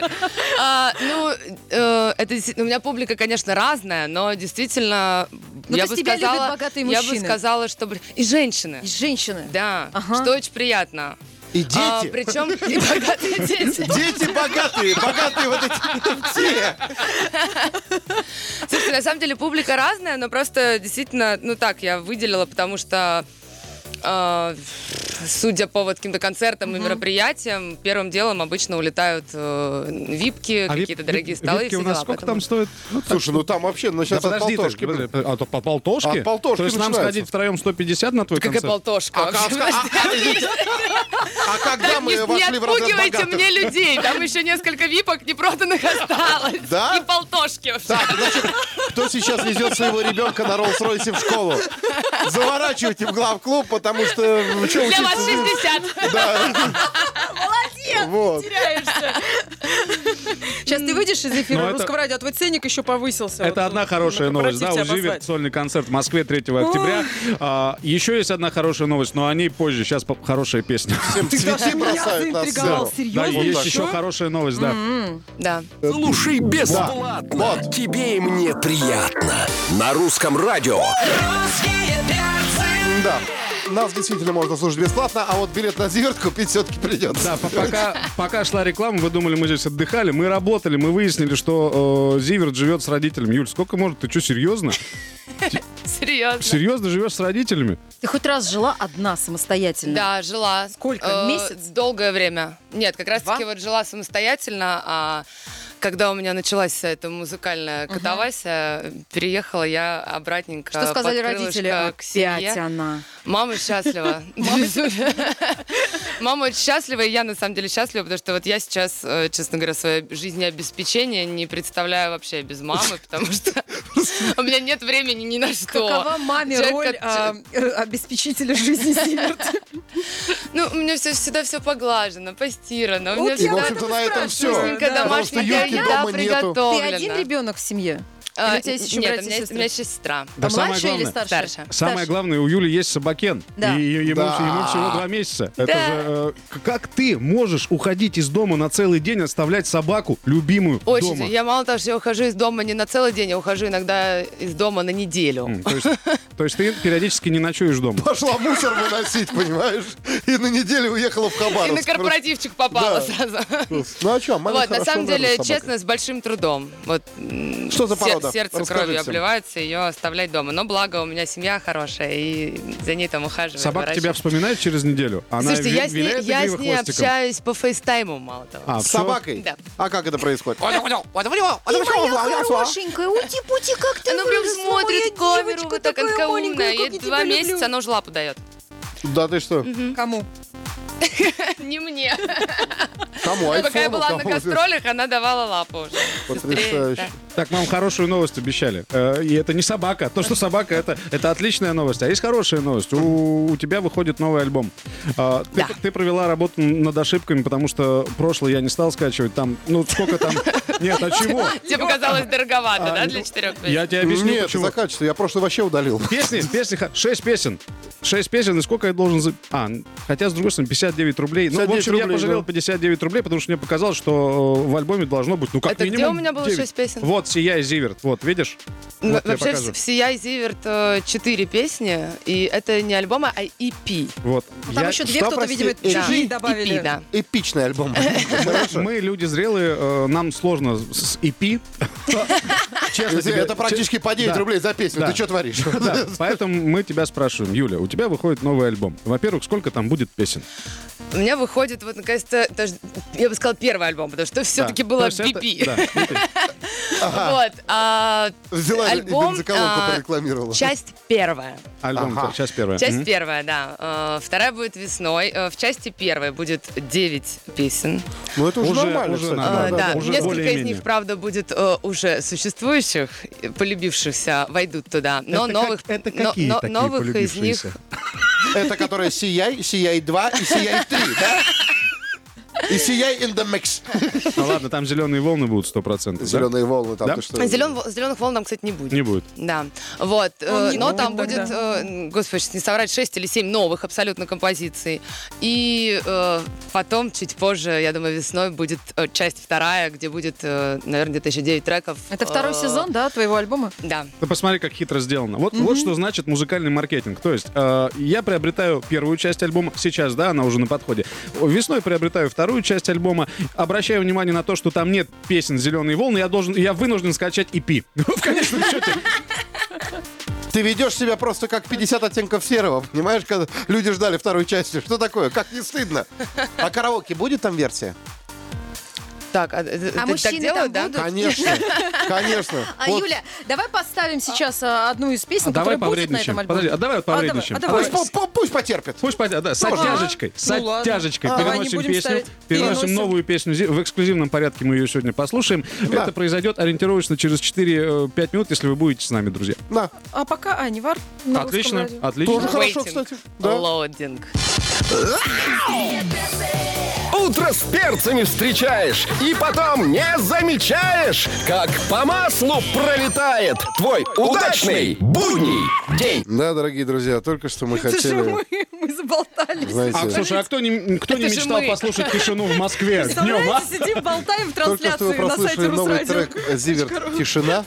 Это действительно, у меня публика, конечно, разная, но действительно, Ну, я то бы есть тебя любят сказала, богатые я бы мужчины. сказала, что и женщины. И женщины. Да, Ага. что очень приятно. И дети. Причем и богатые дети. Дети богатые вот эти все. Слушайте, на самом деле публика разная, но просто действительно, я выделила, потому что судя по вот каким-то концертам и мероприятиям, первым делом обычно улетают випки, какие-то дорогие столы и випки все у нас дела. сколько Поэтому- там стоит? Ну, так, Слушай, ну там вообще да начинается от подожди, полтошки. а то по полтошке? От полтошки То есть нам начинается. сходить втроем 150 на твой Какая концерт? полтошка вообще? А когда мы Не вошли в разряд отпугивайте богатых? мне людей, там еще несколько випок непроданных осталось. Да? И полтошки вообще. Так, значит, кто сейчас везет своего ребенка на Роллс-Ройсе в школу? Заворачивайте в главклуб, потому что... Для вас 60. Молодец! Вот. Теряешься. Сейчас ты выйдешь из эфира Но это- Русского радио, а твой ценник еще повысился. Это Вот, одна хорошая ну, новость, да, попросить у тебя Зиверт позвать. сольный концерт в Москве 3 октября. Еще есть одна хорошая новость, но о ней позже. Сейчас хорошая песня. Всем цветы бросают нас. заинтриговал, сверху. серьезно? Да, есть так. еще хорошая новость, да. Да. Слушай бесплатно. Вот. Тебе и мне приятно. На русском радио. Да. Нас действительно можно слушать бесплатно, а вот билет на Зиверт купить все-таки придется. Да, пока шла реклама, вы думали, мы здесь отдыхали. Мы работали, мы выяснили, что Зиверт живет с родителями. Юль, сколько может? Ты что, серьезно? Серьезно. Серьезно живешь с родителями? Ты хоть раз жила одна самостоятельно? Да, жила. Сколько? Месяц? Долгое время. Нет, как раз-таки вот жила самостоятельно, а когда у меня началась вся эта музыкальная катавасия, переехала я обратненько Что сказали под родители? крылышко к семье. Опять она. Мама счастлива. Мама очень счастлива, и я на самом деле счастлива, потому что вот я сейчас, честно говоря, свое жизнеобеспечение не представляю вообще без мамы, потому что у меня нет времени ни на что. Какова маме Человек, роль обеспечителя жизни Зиверт? Ну, у меня всегда все поглажено, постирано. У меня И, в всегда общем-то, на этом все. вкусненько, домашняя Юльки еда дома нету. Ты приготовлена. один ребенок в семье? Или у тебя есть еще Нет, братья у и меня сестры? есть сестра. Да, А самое младшая или главное- старшая? Старшая. Самое главное, у Юли есть собакен. Да. И ему всего 2 месяца. Это же как ты можешь уходить из дома на целый день, оставлять собаку любимую Очень. дома? Я мало того, что я ухожу из дома не на целый день, я ухожу иногда из дома на неделю. То есть ты периодически не ночуешь дома? Пошла мусор выносить, понимаешь? И на неделю уехала в И Хабаровск. на корпоративчик попала Да. сразу. Ну а что, маме Вот, на хорошо, самом наверное, деле, с собакой. честно, с большим трудом. Вот, Что за порода? сердце Расскажи кровью всем. обливается, ее оставлять дома. Но благо, у меня семья хорошая, и за ней там ухаживают. Собака тебя выращивают. вспоминает через неделю? Она Слушайте, я с ней, виляет я с игриво ней хвостиком? общаюсь по фейстайму, мало того. А, С всё? собакой? Да. А как это происходит? Хорошенькая, ути-пути, как ты Она прям выросла, смотрит моя в камеру, девочка, вот так такая она маленькая, умная. как Ей я 2 тебя люблю. месяца, она уже лапу дает. Да ты что? Кому? Не мне. Кому? Ну, пока я Айфону? была на Кому? гастролях, она давала лапу уже. Сестре, Потрясающе. да. Так, мам, хорошую новость обещали. И это не собака. То, что собака, это отличная новость. А есть хорошая новость. У тебя выходит новый альбом. Ты провела работу над ошибками, потому что прошлый я не стал скачивать. Там, сколько там... Нет, а чего? Тебе показалось дороговато, да, для 4 песен? Я тебе объясню, Нет, почему. за качество. Я прошлый вообще удалил. Песни, 6 песен. 6 песен, и сколько я должен... хотя, с другой стороны, 59 рублей. Ну, в 59 общем, я рублей, пожалел да. 59 рублей, потому что мне показалось, что в альбоме должно быть, ну, как Это минимум где у меня было 9. 6 песен? Вот, «Сияй, Зиверт». Вот, видишь? Вот я Вообще покажу. в «Сияй, Зиверт» 4 песни, и это не альбом, а EP. Вот. Там еще две что, кто-то, прости, видимо, Да. чужие добавили. EP, да. Эпичный альбом. Мы люди зрелые, нам сложно с EP. Честно тебе. Это практически по 9 Да. рублей за песню. Да. Ты что творишь? Да, поэтому мы тебя спрашиваем, Юля, у тебя выходит новый альбом. Во-первых, сколько там будет песен? У меня выходит, вот, наконец-то, я бы сказала, первый альбом, потому что все-таки Да. было То есть это- BP. да, EP. Вот. Взяла и Альбом, бензоколонку прорекламировала. часть первая. Альбом, Ага. часть первая. Часть Мгм. первая, да. Вторая будет весной. В части первой будет 9 песен. Ну, это уже Уже- нормально, уже кстати. нормально. Да, уже несколько из более-менее. них, правда, будет уже существующих, полюбившихся, войдут туда. Но Это новых, это какие такие новых из них... полюбившиеся? Это которая «Сияй», «Сияй 2» и «Сияй 3», да? И «Сияй in the mix». Ну ладно, там зеленые волны будут 100%. да? Зеленые волны там, Да? ты что? Зеленых волн там, кстати, не будет. Не будет. Да, вот. Он не Но будет там тогда. будет, господи, не соврать, 6 или 7 новых абсолютно композиций. И потом, чуть позже, я думаю, весной будет часть вторая, где будет, наверное, где-то еще 9 треков. Это второй сезон, да, твоего альбома? Да. Ты посмотри, как хитро сделано. Вот что значит музыкальный маркетинг. То есть я приобретаю первую часть альбома, сейчас, да, она уже на подходе. Весной приобретаю вторую часть альбома, обращаю внимание на то, что там нет песен «Зеленые волны», я вынужден скачать EP. В конечном счете. Ты ведешь себя просто как 50 оттенков серого, понимаешь, когда люди ждали второй части. Что такое? Как не стыдно? А караоке будет там версия? Так, ты так мужчины делают, там да? будут? Конечно, конечно. А, Вот. Юля, давай поставим сейчас одну из песен, Давай которая будет на повредничаем. этом альбоме. Подожди, а давай вот повредничаем. давай. Пусть потерпит. Пусть пойдет, да, с оттяжечкой. С Ну ладно. оттяжечкой. Давай не Переносим будем песню. ставить. Переносим Переносим. новую песню. В эксклюзивном порядке мы ее сегодня послушаем. Да. Это произойдет ориентировочно через 4-5 минут, если вы будете с нами, друзья. На, А пока не вар на русском Отлично, радио. отлично. тоже хорошо, Waiting. кстати. Да. Loading. Утро с перцами встречаешь и потом не замечаешь, как по маслу пролетает твой удачный будний день. Да, дорогие друзья, только что мы Это же хотели, мы заболтались. знаете, Слушай, а кто не Это же мечтал мы. послушать тишину в Москве днем, а? Представляете, сидим, болтаем в только что вы трансляции на сайте прослушали новый Русрадио. трек «Зиверт. Тишина».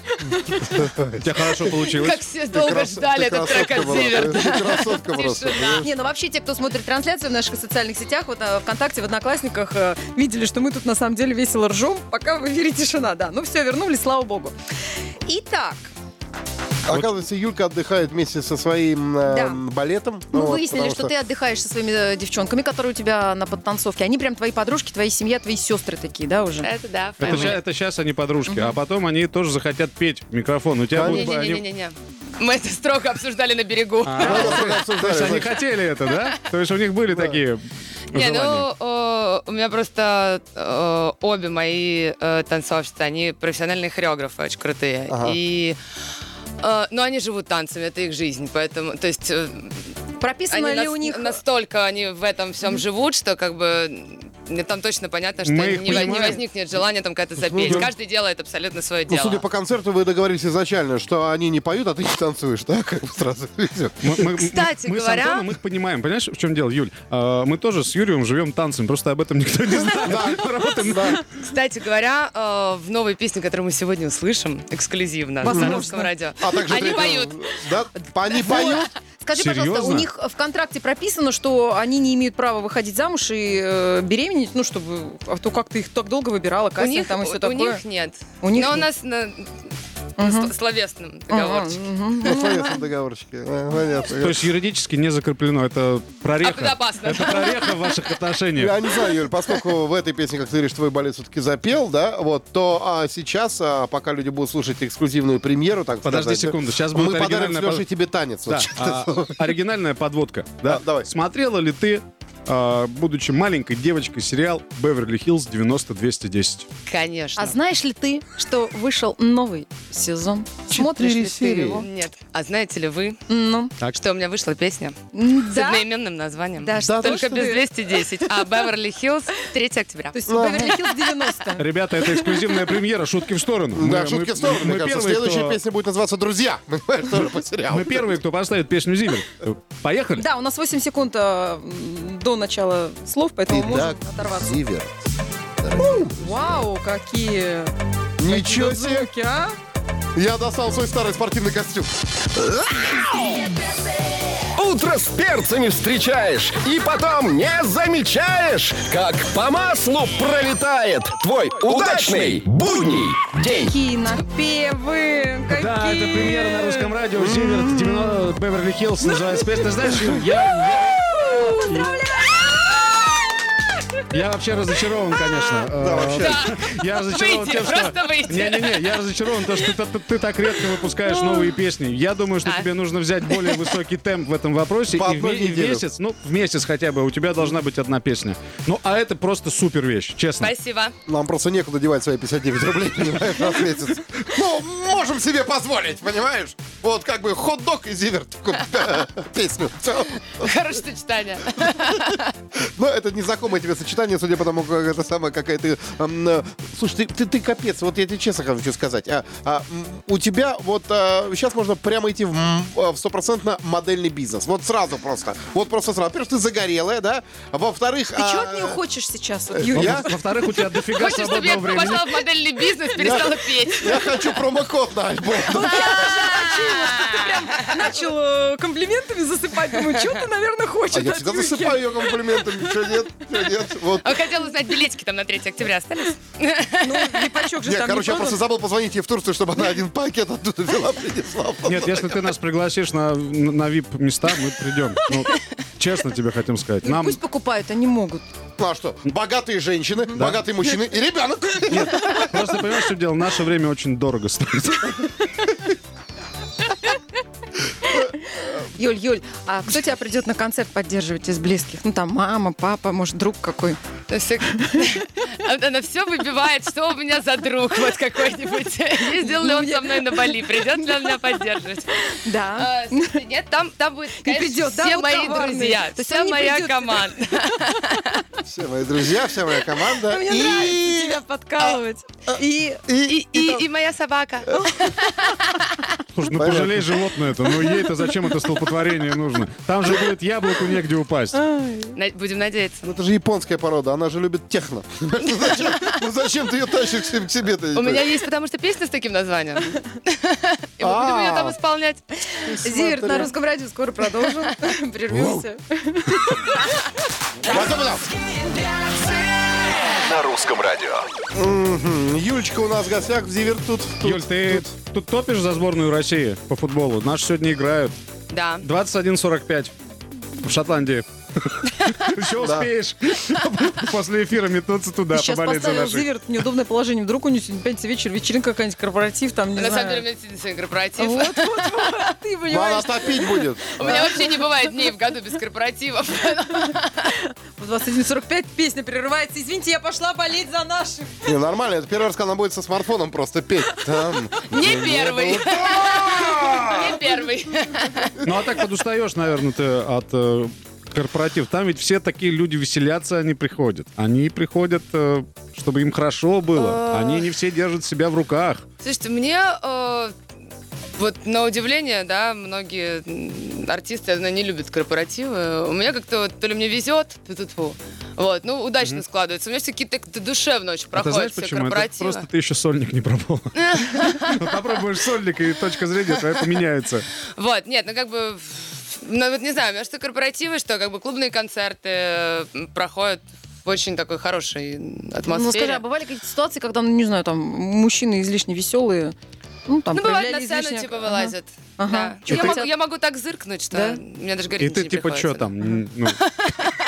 У тебя хорошо получилось. Как все долго ждали этот трек от Зиверта. Ты красотка просто. Тишина. Не, ну вообще те, кто смотрит трансляцию в наших социальных сетях, вот ВКонтакте, в Одноклассниках, видели, что мы тут на самом деле весело ржем, пока в эфире тишина, да. Ну все, вернулись, слава богу. Итак, Оказывается, Юлька отдыхает вместе со своим Да. балетом. мы Ну вот, выяснили, потому что ты отдыхаешь со своими девчонками, которые у тебя на подтанцовке. Они прям твои подружки, твои семья, твои сестры такие, да, уже? Это да, Это family. сейчас они подружки, а потом они тоже захотят петь в микрофон. У тебя будут... они- Не-не-не-не-не. Мы это строго обсуждали на берегу. То есть они хотели это, да? То есть у них были такие Не, желания. ну, у меня просто обе мои танцовщицы, они профессиональные хореографы, очень крутые. Ага. И, ну, они живут танцами, это их жизнь, поэтому, то есть... Прописано Они ли у них... настолько они в этом всем живут, что как бы мне там точно понятно, что Мы их не понимаем. возникнет желания там как-то запеть. да. Каждый делает абсолютно свое Ну, дело. судя по концерту, вы договорились изначально, что они не поют, а ты не танцуешь, да? Как бы сразу видно. Кстати мы говоря- с Антоном их понимаем. Понимаешь, в чем дело, Юль? Мы тоже с Юрием живем танцем, просто об этом никто не знает. Работаем. Кстати говоря, в новой песне, которую мы сегодня услышим, эксклюзивно, на Возможно. русском радио, А также они ты- поют. Да? Они поют? Скажи, пожалуйста, Серьезно? у них в контракте прописано, что они не имеют права выходить замуж и беременеть, ну, чтобы... А то как ты их так долго выбирала, У кастинг них, там и все у такое. них нет. У них Но у нет. нас на словесном Ага, договорчике. мгм. На словесном договорчике. Понятно. То есть юридически не закреплено, это прореха. Опасно. Это прореха в ваших отношениях. Я не знаю, Юль, поскольку в этой песне, как ты говоришь, твой балет все-таки запел, да, вот, то сейчас, пока люди будут слушать эксклюзивную премьеру, так Подожди сказать, секунду, сейчас мы будет подарим с оригинальная... Лешей тебе танец. Да, Вот. оригинальная подводка. Да. А, давай. Смотрела ли ты будучи маленькой девочкой, сериал «Беверли-Хиллз 90210». Конечно. А знаешь ли ты, что вышел новый сезон? Смотришь ли ты его? Нет. А знаете ли вы, Ну, что у меня вышла песня с да? одноименным названием? Да, что Только ж без ты? 210. А Беверли-Хиллз 3 октября. То есть Беверли-Хиллз 90. Ребята, это эксклюзивная премьера, шутки в сторону. Да, шутки в сторону, мне кажется. первые, Следующая кто- песня будет называться «Друзья». Понимаешь, тоже по сериалу. Мы первые, кто поставит песню «Зиверт». Поехали? Да, у нас 8 секунд до начала слов, поэтому Итак, можем оторваться. Зиверт. Вау, какие Ничего себе. звуки, а? Я достал свой старый спортивный костюм. Утро с перцами встречаешь и потом не замечаешь, как по маслу пролетает твой удачный будний день. Какие напевы, какие... Да, это премьера на русском радио. «Зиверт» 90 Беверли-Хиллз называется песня. Ты знаешь, я вообще разочарован, конечно. Да, вообще. Я разочарован Выйти, тем, что... просто выйти. Не-не-не, я разочарован, то, что ты так редко выпускаешь новые песни. Я думаю, что А. тебе нужно взять более высокий темп в этом вопросе. По И одной в неделе. месяц, ну, в месяц хотя бы у тебя должна быть одна песня. Ну, а это просто супер вещь, честно. Спасибо. Нам просто некуда девать свои 59 рублей, понимаешь, раз в месяц. Ну, можем себе позволить, понимаешь? Вот как бы хот-дог и «Зиверт» песню. Всё. Хорошее сочетание. Но это незнакомое тебе сочетание, судя по тому, как это самое, какая ты... слушай, ты капец, вот я тебе честно хочу сказать. У тебя вот сейчас можно прямо идти в стопроцентно модельный бизнес. Вот сразу просто. Вот просто сразу. Во-первых, ты загорелая, да? Во-вторых... Ты чего от нее хочешь сейчас, вот, Юля? Я? Во-вторых, у тебя дофига Хочешь, чтобы я свободного времени. пошла в модельный бизнес, перестала петь? Я хочу промокод на альбом. Начал комплиментами засыпать. Думаю, что ты, наверное, хочешь А я от всегда Юльки? засыпаю ее комплиментами. Что нет? Вот. А хотела узнать, билетики там на 3 октября остались? Ну, липачок же Нет, там короче, не я просто продан. забыл позвонить ей в Турцию, чтобы она один пакет оттуда взяла, принесла. Нет, если ты нас пригласишь на VIP-места, мы придем. Ну, честно тебе хотим сказать. Нам Пусть покупают, они могут. Ну а что? Богатые женщины, богатые мужчины и ребенок. просто, понимаешь, что дело? Наше время очень дорого стоит. Юль, а кто тебя придет на концерт поддерживать из близких? Ну, там, мама, папа, может, друг какой? Она все выбивает, что у меня за друг вот какой-нибудь. Ездил ли он со мной на Бали, придет ли он меня поддерживать? Да. Нет, там будет, конечно, придет, да, все вот мои коварный. друзья, То есть вся он не моя придет. команда. Все мои друзья, вся моя команда. Мне нравится тебя подкалывать. И моя собака. Слушай, ну Понятно. пожалей животное это. Ну ей-то зачем это столпотворение нужно? Там же будет яблоку негде упасть. Будем надеяться. Ну это же японская порода, она же любит техно. Ну зачем ты ее тащишь к себе-то? У меня есть, потому что песня с таким названием. И мы будем ее там исполнять. Зиверт на русском радио скоро продолжим. Прервемся. На русском радио. Юлечка у нас в гостях в «Зиверт» тут. Юль, ты тут топишь за сборную России по футболу? Наши сегодня играют. Да. 21:45 в Шотландии. Еще успеешь после эфира метнуться туда, Сейчас поболеть за поставил наших. Зиверт в неудобное положение. Вдруг у него сегодня пятница вечер, вечеринка какая-нибудь, корпоратив, там, не На самом деле, у знаю. меня сегодня корпоратив. Вот, ты Ну, понимаешь, она топить будет. У меня вообще не бывает дней в году без корпоративов. в 21:45 песня прерывается. Извините, я пошла болеть за наших. Не, нормально, это первый раз, когда она будет со смартфоном просто петь. Там. Не первый. Не первый. Ну а так подустаешь, наверное, ты от корпоратив. Там ведь все такие люди веселятся, они приходят. Они приходят, чтобы им хорошо было. Они не все держат себя в руках. Слушайте, мне вот на удивление, да, многие артисты не любят корпоративы. У меня как-то вот, то ли мне везет, вот, ну, удачно складывается. У меня все какие-то душевно очень А ты проходят знаешь все почему? Это корпоративы. просто ты еще сольник не пробовал. Ну, попробуешь сольник, и точка зрения твоя поменяется. Вот, нет, ну как бы, ну вот не знаю, мне что корпоративы, что как бы клубные концерты проходят в очень такой хорошей атмосфере. Ну, скажи, а бывали какие-то ситуации, когда, ну, не знаю, там, мужчины излишне веселые, ну, там, Ну, бывает, на проявляли сцену излишне- типа Ага. вылазят. Ага. Да. Чё Я хотят? могу так зыркнуть, что Да? мне даже И говорить ты не типа приходится. что там? Ну,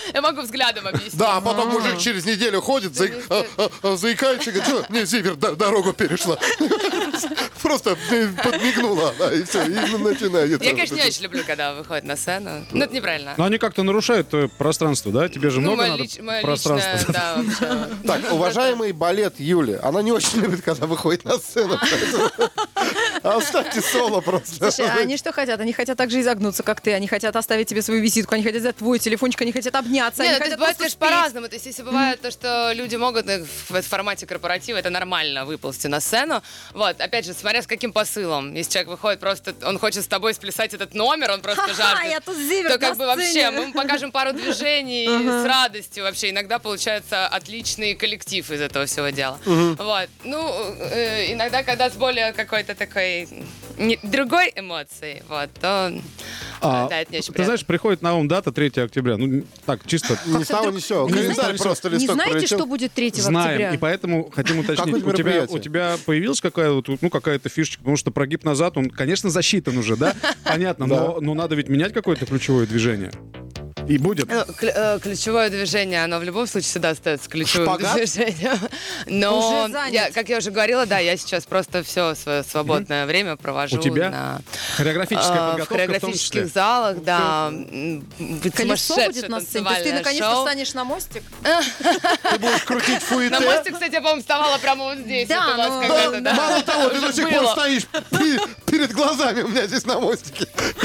Я могу взглядом объяснить. Да, а потом мужик через неделю ходит, заикается и говорит, что, не, Зивер дорогу перешла. Просто подмигнула, и все, и начинает. Я, конечно, не очень люблю, когда выходит на сцену. Ну, это неправильно. Но они как-то нарушают твое пространство, да? Тебе же много надо мое пространства. личное, да, вообще. Так, уважаемый балет Юли, она не очень любит, когда выходит на сцену. Оставьте соло просто. Слушай, а они что хотят? Они хотят так же изогнуться, как ты. Они хотят оставить тебе свою визитку, они хотят взять твой телефончик, они хотят обняться, они Нет, это хотят бывает, просто конечно, спеть. по-разному. То есть, если бывает то, что люди могут в формате корпоратива, это нормально выползти на сцену. Вот, опять же, смотря с каким посылом. Если человек выходит просто, он хочет с тобой сплясать этот номер, он просто жаждет. Я тут Зивер То как бы на вообще, сцене. мы ему покажем пару движений с радостью вообще. Иногда получается отличный коллектив из этого всего дела. Вот. Ну, иногда, когда с более какой-то такой другой эмоцией, вот, то да, это не очень Ты приятно. знаешь, приходит на ум дата 3 октября. Ну, так, чисто Ни с того, ни с сего. Календарь просто Не листок знаете, пролетел. что будет 3 знаем, октября? и поэтому хотим уточнить. Какое мероприятие? У тебя появилась какая-то фишечка? Потому что прогиб назад, он, конечно, засчитан уже, да? Понятно, но надо ведь менять какое-то ключевое движение. И будет. Ключевое движение, оно в любом случае всегда остается ключевым Шпагат? движением. Но, Уже занят. как я уже говорила, да, я сейчас просто все свое свободное время провожу У тебя на хореографическая в подготовка в том хореографических числе. залах, да. Колесо будет на сцене. То есть ты наконец-то встанешь на мостик? Ты будешь крутить На фуэте. мостик, кстати, я, по-моему, вставала прямо вот здесь. Да, вот у вас ну, когда-то, да. Мало того, ты до сих пор Было. стоишь перед глазами у меня здесь на мостике.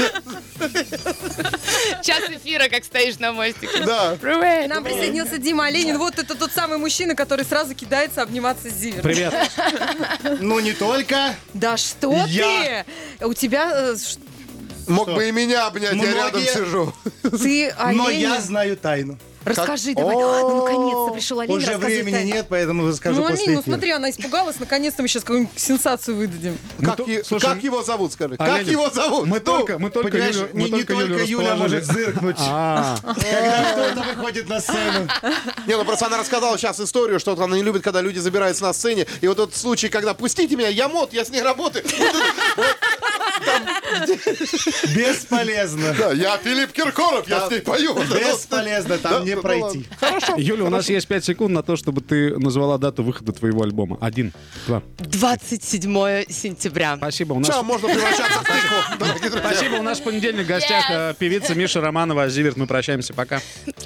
Час эфира, как стоишь на мостике. Да. Привет. К нам присоединился Дима Оленин. Вот это тот самый мужчина, который сразу кидается обниматься с Зивером. Привет. Ну, не только. Да что Я. ты? У тебя... Мог бы и меня обнять, я рядом Многие- сижу. Ты Но Оленин. я знаю тайну. Расскажи давай. Ну, наконец-то пришел Олень. Уже рассказывай времени тайну. нет, поэтому расскажу Ну, после Олень, ну эфира. смотри, она испугалась. Наконец-то мы сейчас какую-нибудь сенсацию выдадим. Слушай, Как его зовут, скажи? Как Оленин, его зовут? Мы Ну, только Понимаешь, Юлю, не только Юля может зыркнуть, А, когда кто-то выходит на сцену. Не, ну просто она рассказала сейчас историю, что она не любит, когда люди забираются на сцене. И вот тот случай, когда «пустите меня, я мод, я с ней работаю». Бесполезно. Да, я Филипп Киркоров, я с ней пою. Бесполезно, там не пройти. Юля, у нас есть 5 секунд на то, чтобы ты назвала дату выхода твоего альбома. 1, 2. 27 сентября. Спасибо. У нас... Сейчас можно превращаться в тыкву, дорогие друзья. Спасибо. У нас в понедельник в гостях певица Миша Романова. Зиверт, мы прощаемся. Пока.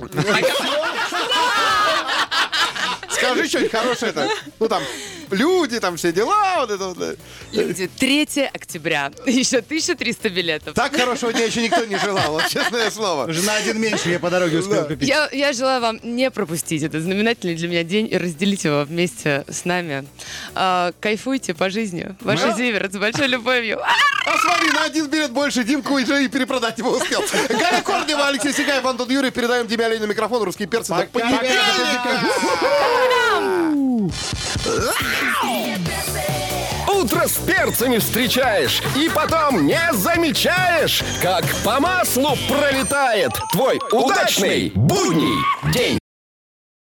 Скажи что-нибудь хорошее-то. Ну там, люди, там все дела, вот это вот. Люди, 3 октября. Еще 1300 билетов. Так хорошего дня еще никто не желал, вот честное слово. Уже на один меньше я по дороге успел купить. Я желаю вам не пропустить этот знаменательный для меня день и разделить его вместе с нами. Кайфуйте по жизни. Ваша Зиверт с большой любовью. А смотри, на один билет больше Димку уже и перепродать его успел. Галя Корнева, Алексей Сигаев, Антон Юрий. Передаем Диме Оленину микрофон. Русские перцы. До понедельника. Утро с перцами встречаешь и потом не замечаешь, как по маслу пролетает твой удачный будний день.